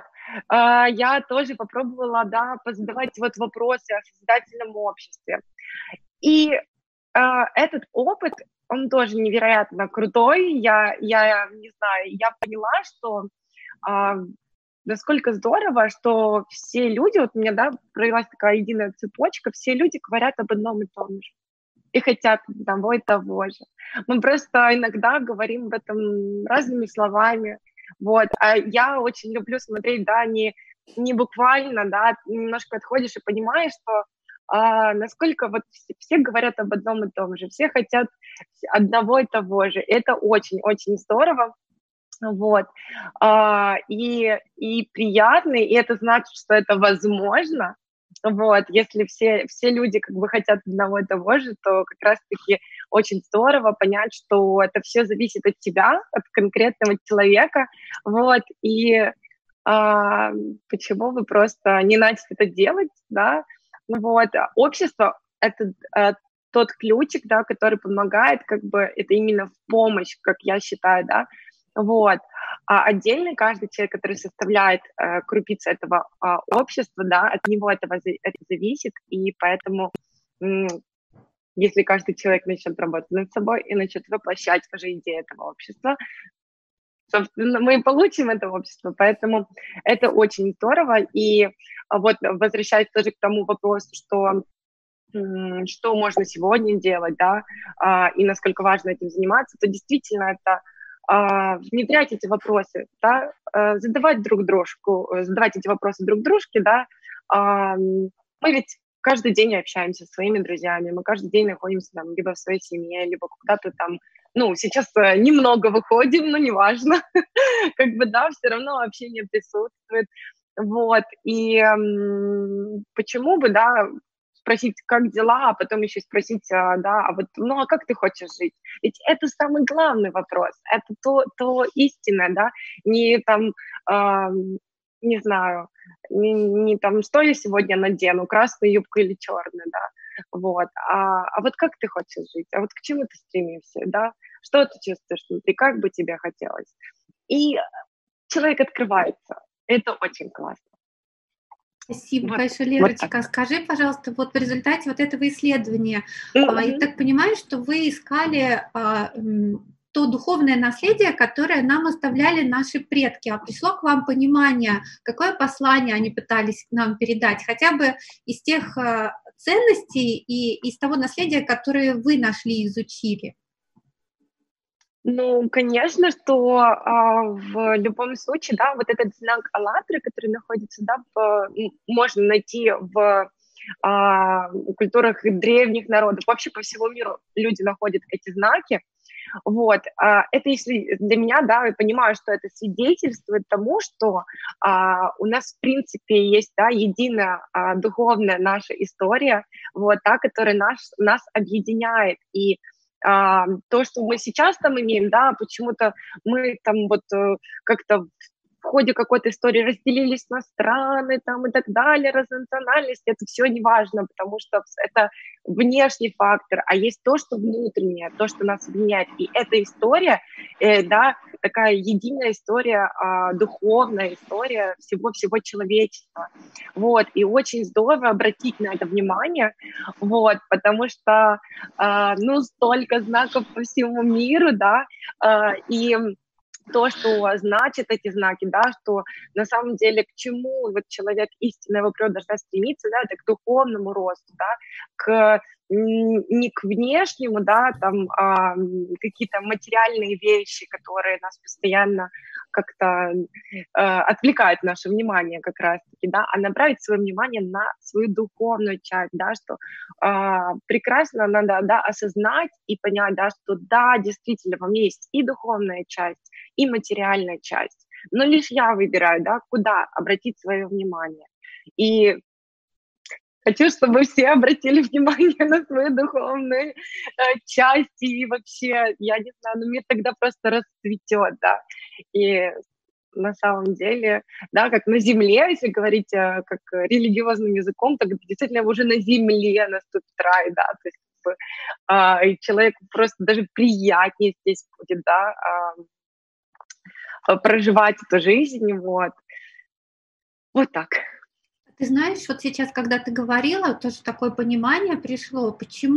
Я тоже попробовала, да, позадавать вот вопросы о созидательном обществе. И этот опыт, он тоже невероятно крутой. Я не знаю, я поняла, что насколько здорово, что все люди, вот у меня, да, провелась такая единая цепочка, все люди говорят об одном и том же и хотят одного и того же. Мы просто иногда говорим об этом разными словами, вот. А я очень люблю смотреть, да, не буквально, да, немножко отходишь и понимаешь, что насколько вот все говорят об одном и том же, все хотят одного и того же. Это очень-очень здорово. Вот. И приятно, и это значит, что это возможно. Вот. Если все люди как бы хотят одного и того же, то как раз-таки очень здорово понять, что это все зависит от тебя, от конкретного человека. Вот. И почему бы просто не начать это делать, да? Вот. Общество — это тот ключик, да, который помогает, как бы это именно в помощь, как я считаю, да. Вот. А отдельно каждый человек, который составляет крупицу этого общества, да, от него это зависит, и поэтому если каждый человек начнет работать над собой и начнет воплощать уже идеи этого общества, собственно, мы получим это общество, поэтому это очень здорово. И вот возвращаясь тоже к тому вопросу, что можно сегодня делать, да, и насколько важно этим заниматься, то действительно это внедрять эти вопросы, да, задавать эти вопросы друг дружке, да. Мы ведь каждый день общаемся со своими друзьями, мы каждый день находимся там либо в своей семье, либо куда-то там, ну, сейчас немного выходим, но неважно, как бы, да, все равно общение присутствует, вот, и почему бы, да, спросить, как дела, а потом еще спросить, да, а вот, ну, а как ты хочешь жить? Ведь это самый главный вопрос, это то истинное, да, не там, не знаю, не там, что я сегодня надену, красную юбку или черную, да, вот, а вот как ты хочешь жить, а вот к чему ты стремишься, да, что ты чувствуешь внутри, как бы тебе хотелось. И человек открывается, это очень классно. Спасибо Вот, большое, вот Лерочка. так. Скажи, пожалуйста, вот в результате вот этого исследования, Мгм. я так понимаю, что вы искали то духовное наследие, которое нам оставляли наши предки, а пришло к вам понимание, какое послание они пытались нам передать, хотя бы из тех ценностей и из того наследия, которое вы нашли и изучили. Ну, конечно, что в любом случае, да, вот этот знак «АЛЛАТРА», который находится, да, можно найти в культурах древних народов, вообще по всему миру люди находят эти знаки. Вот, это если для меня, да, я понимаю, что это свидетельствует тому, что у нас, в принципе, есть, да, единая духовная наша история, вот, та, которая нас объединяет, и то, что мы сейчас там имеем, да, почему-то мы там вот как-то в ходе какой-то истории разделились на страны там и так далее, разнациональность, это все не важно, потому что это внешний фактор, а есть то, что внутреннее, то, что нас объединяет. И эта история, да, такая единая история, духовная история всего человечества. Вот, и очень здорово обратить на это внимание, вот, потому что, ну, столько знаков по всему миру, да, и то, что значат эти знаки, да, что на самом деле к чему вот человек истинно его природа должна стремиться, да, это к духовному росту, да, не к внешнему, да, там какие-то материальные вещи, которые нас постоянно как-то отвлекают наше внимание как раз-таки, да, а направить свое внимание на свою духовную часть, да, что прекрасно надо, да, осознать и понять, да, что да, действительно, во мне есть и духовная часть, и материальная часть, но лишь я выбираю, да, куда обратить свое внимание. И хочу, чтобы все обратили внимание на свою духовную часть, и вообще, я не знаю, ну, мир тогда просто расцветет, да, и на самом деле, да, как на земле, если говорить как религиозным языком, так действительно уже на земле наступит рай, да, то есть как бы, и человеку просто даже приятнее здесь будет, да, проживать эту жизнь, вот. Вот так. Ты знаешь, вот сейчас, когда ты говорила, тоже такое понимание пришло,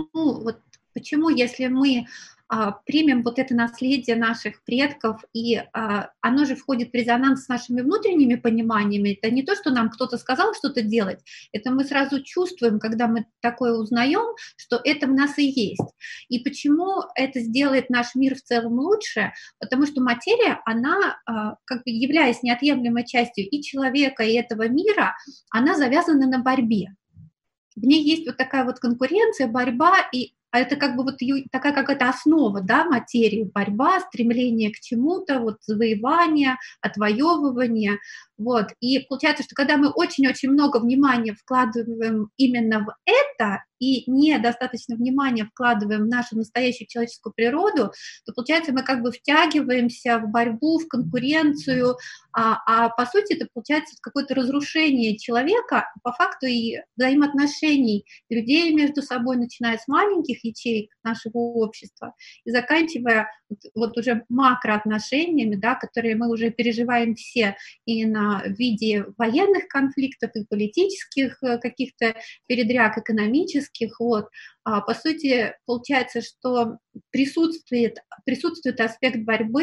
почему, если мы примем вот это наследие наших предков, и оно же входит в резонанс с нашими внутренними пониманиями, это не то, что нам кто-то сказал что-то делать, это мы сразу чувствуем, когда мы такое узнаем, что это в нас и есть. И почему это сделает наш мир в целом лучше? Потому что материя, она, как бы являясь неотъемлемой частью и человека, и этого мира, она завязана на борьбе. В ней есть вот такая вот конкуренция, борьба, а это как бы вот такая какая-то основа, да, материи, борьба, стремление к чему-то, вот завоевание, отвоевывание, вот. И получается, что когда мы очень-очень много внимания вкладываем именно в это и недостаточно внимания вкладываем в нашу настоящую человеческую природу, то, получается, мы как бы втягиваемся в борьбу, в конкуренцию, по сути это получается какое-то разрушение человека, по факту и взаимоотношений людей между собой, начиная с маленьких ячеек нашего общества и заканчивая вот уже макроотношениями, да, которые мы уже переживаем все и в виде военных конфликтов, и политических каких-то передряг, экономических. Вот. По сути, получается, что присутствует аспект борьбы,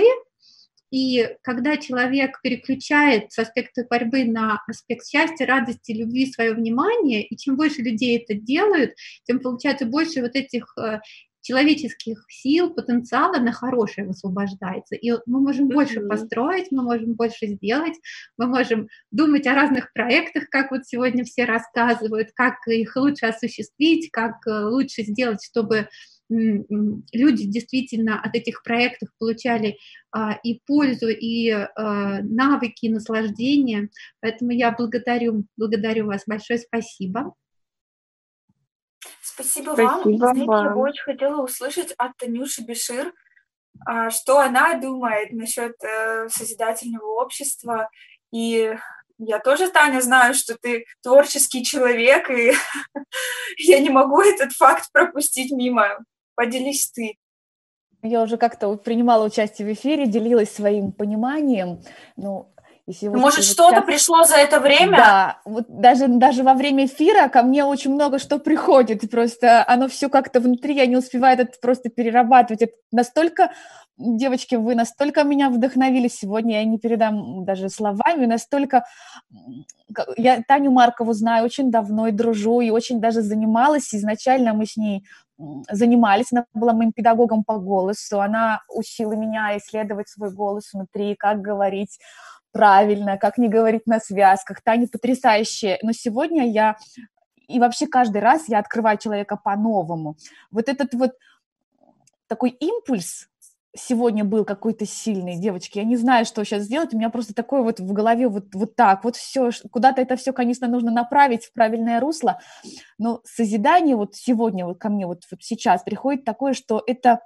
и когда человек переключает с аспекта борьбы на аспект счастья, радости, любви свое внимание, и чем больше людей это делают, тем, получается, больше вот этих человеческих сил, потенциала на хорошее высвобождается. И мы можем больше построить, мы можем больше сделать, мы можем думать о разных проектах, как вот сегодня все рассказывают, как их лучше осуществить, как лучше сделать, чтобы люди действительно от этих проектов получали и пользу, и навыки, и наслаждение. Поэтому я благодарю вас. Большое спасибо. Спасибо вам. Знаете, я бы очень хотела услышать от Танюши Бешир, что она думает насчет созидательного общества. И я тоже, Таня, знаю, что ты творческий человек, и я не могу этот факт пропустить мимо. Поделись ты. Я уже как-то принимала участие в эфире, делилась своим пониманием. Может, что-то пришло за это время? Да, вот даже во время эфира ко мне очень много что приходит, просто оно все как-то внутри, я не успеваю это просто перерабатывать. Это настолько, девочки, вы настолько меня вдохновили сегодня, я не передам даже словами, настолько... Я Таню Маркову знаю очень давно и дружу, и очень даже занималась, изначально мы с ней занимались, она была моим педагогом по голосу, она учила меня исследовать свой голос внутри, как говорить правильно, как не говорить на связках. Таня потрясающая. Но сегодня и вообще каждый раз я открываю человека по-новому. Вот этот вот такой импульс сегодня был какой-то сильный, девочки. Я не знаю, что сейчас сделать. У меня просто такое вот в голове вот так. Вот все, куда-то это все, конечно, нужно направить в правильное русло. Но созидание вот сегодня вот ко мне вот сейчас приходит такое, что это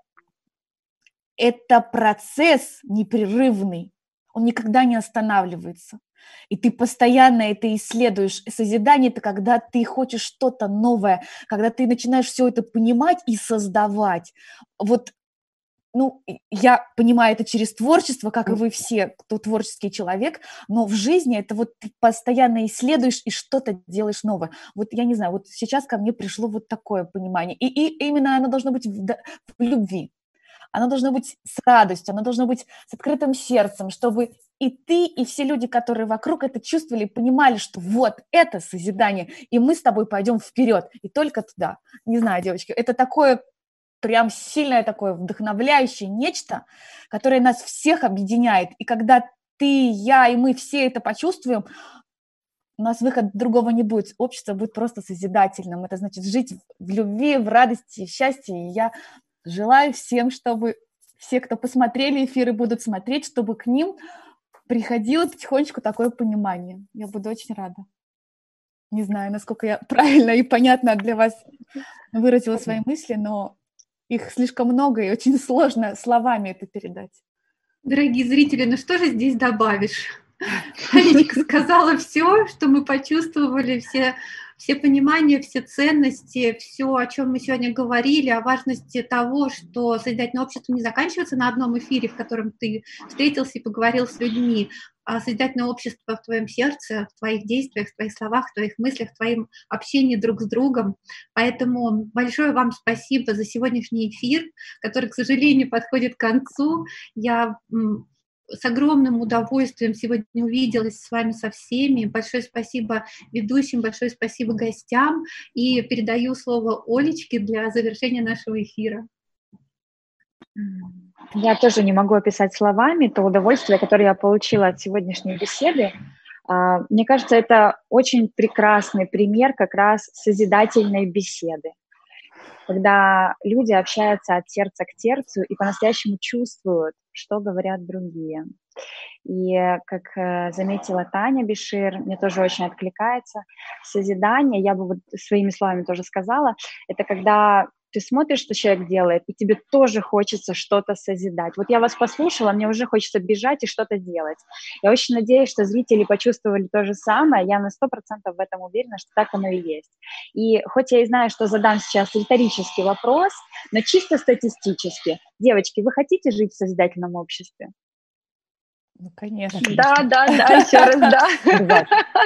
процесс непрерывный. Он никогда не останавливается. И ты постоянно это исследуешь. Созидание – это когда ты хочешь что-то новое, когда ты начинаешь все это понимать и создавать. Вот, я понимаю это через творчество, как и вы все, кто творческий человек, но в жизни это вот ты постоянно исследуешь и что-то делаешь новое. Вот я не знаю, вот сейчас ко мне пришло вот такое понимание. И именно оно должно быть в любви. Оно должно быть с радостью, оно должно быть с открытым сердцем, чтобы и ты, и все люди, которые вокруг это чувствовали, понимали, что вот это созидание, и мы с тобой пойдем вперед, и только туда. Не знаю, девочки, это такое прям сильное такое вдохновляющее нечто, которое нас всех объединяет. И когда ты, я и мы все это почувствуем, у нас выхода другого не будет. Общество будет просто созидательным. Это значит жить в любви, в радости, в счастье. И я желаю всем, чтобы все, кто посмотрели эфиры, будут смотреть, чтобы к ним приходило потихонечку такое понимание. Я буду очень рада. Не знаю, насколько я правильно и понятно для вас выразила свои мысли, но их слишком много, и очень сложно словами это передать. Дорогие зрители, что же здесь добавишь? Танечка сказала все, что мы почувствовали, все понимания, все ценности, все, о чем мы сегодня говорили, о важности того, что созидательное общество не заканчивается на одном эфире, в котором ты встретился и поговорил с людьми, созидательное общество в твоем сердце, в твоих действиях, в твоих словах, в твоих мыслях, в твоем общении друг с другом. Поэтому большое вам спасибо за сегодняшний эфир, который, к сожалению, подходит к концу. Я с огромным удовольствием сегодня увиделась с вами со всеми. Большое спасибо ведущим, большое спасибо гостям. И передаю слово Олечке для завершения нашего эфира. Я тоже не могу описать словами то удовольствие, которое я получила от сегодняшней беседы. Мне кажется, это очень прекрасный пример как раз созидательной беседы, когда люди общаются от сердца к сердцу и по-настоящему чувствуют, что говорят другие. И, как заметила Таня Бишир, мне тоже очень откликается, созидание, я бы вот своими словами тоже сказала, это когда ты смотришь, что человек делает, и тебе тоже хочется что-то созидать. Вот я вас послушала, мне уже хочется бежать и что-то делать. Я очень надеюсь, что зрители почувствовали то же самое, я на 100% в этом уверена, что так оно и есть. И хоть я и знаю, что задам сейчас риторический вопрос, но чисто статистически, девочки, вы хотите жить в созидательном обществе? Ну, конечно. Да, еще раз, да.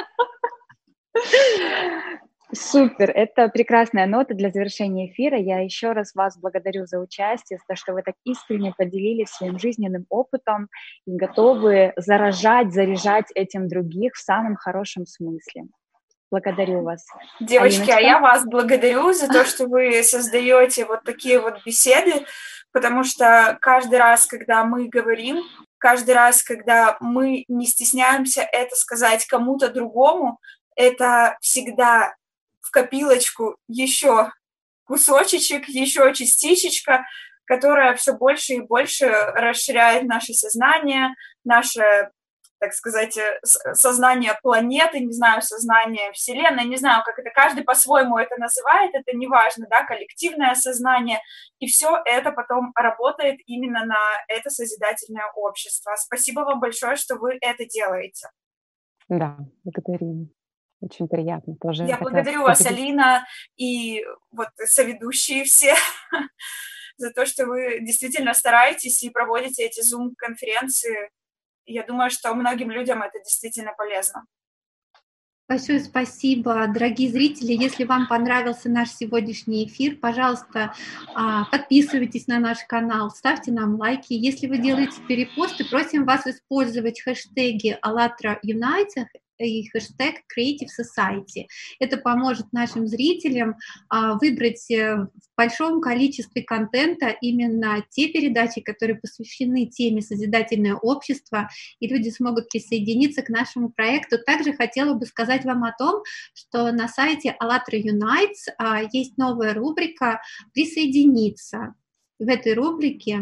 Супер, это прекрасная нота для завершения эфира. Я еще раз вас благодарю за участие, за то, что вы так искренне поделились своим жизненным опытом и готовы заражать, заряжать этим других в самом хорошем смысле. Благодарю вас. Девочки, Алиночка? а я вас благодарю за то, что вы создаете вот такие вот беседы, потому что каждый раз, когда мы говорим, каждый раз, когда мы не стесняемся это сказать кому-то другому, это всегда в копилочку еще кусочек, еще частичечка, которая все больше и больше расширяет наше сознание, наше, так сказать, сознание планеты, не знаю, сознание Вселенной, не знаю, как это, каждый по-своему это называет, это неважно, да, коллективное сознание, и все это потом работает именно на это созидательное общество. Спасибо вам большое, что вы это делаете. Да, благодарим. Очень приятно тоже. Я благодарю вас, Алина, и вот соведущие все за то, что вы действительно стараетесь и проводите эти Zoom-конференции. Я думаю, что многим людям это действительно полезно. Большое спасибо, дорогие зрители. Если вам понравился наш сегодняшний эфир, пожалуйста, подписывайтесь на наш канал, ставьте нам лайки. Если вы делаете перепосты, просим вас использовать хэштеги АЛЛАТРА United и хэштег Creative Society. Это поможет нашим зрителям выбрать в большом количестве контента именно те передачи, которые посвящены теме «Созидательное общество», и люди смогут присоединиться к нашему проекту. Также хотела бы сказать вам о том, что на сайте АЛЛАТРА Unites есть новая рубрика «Присоединиться». В этой рубрике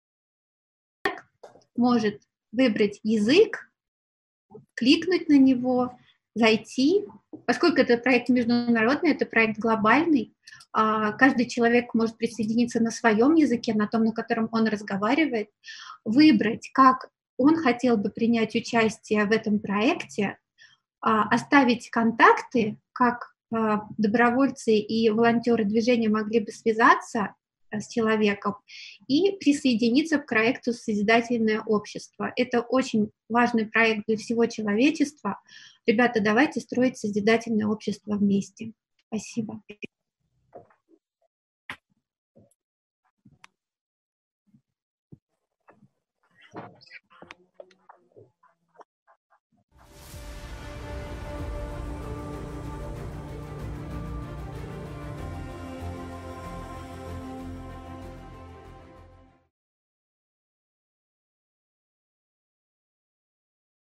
может выбрать язык, кликнуть на него, зайти. Поскольку это проект международный, это проект глобальный, каждый человек может присоединиться на своем языке, на том, на котором он разговаривает, выбрать, как он хотел бы принять участие в этом проекте, оставить контакты, как добровольцы и волонтеры движения могли бы связаться с человеком и присоединиться к проекту «Созидательное общество». Это очень важный проект для всего человечества. Ребята, давайте строить созидательное общество вместе. Спасибо.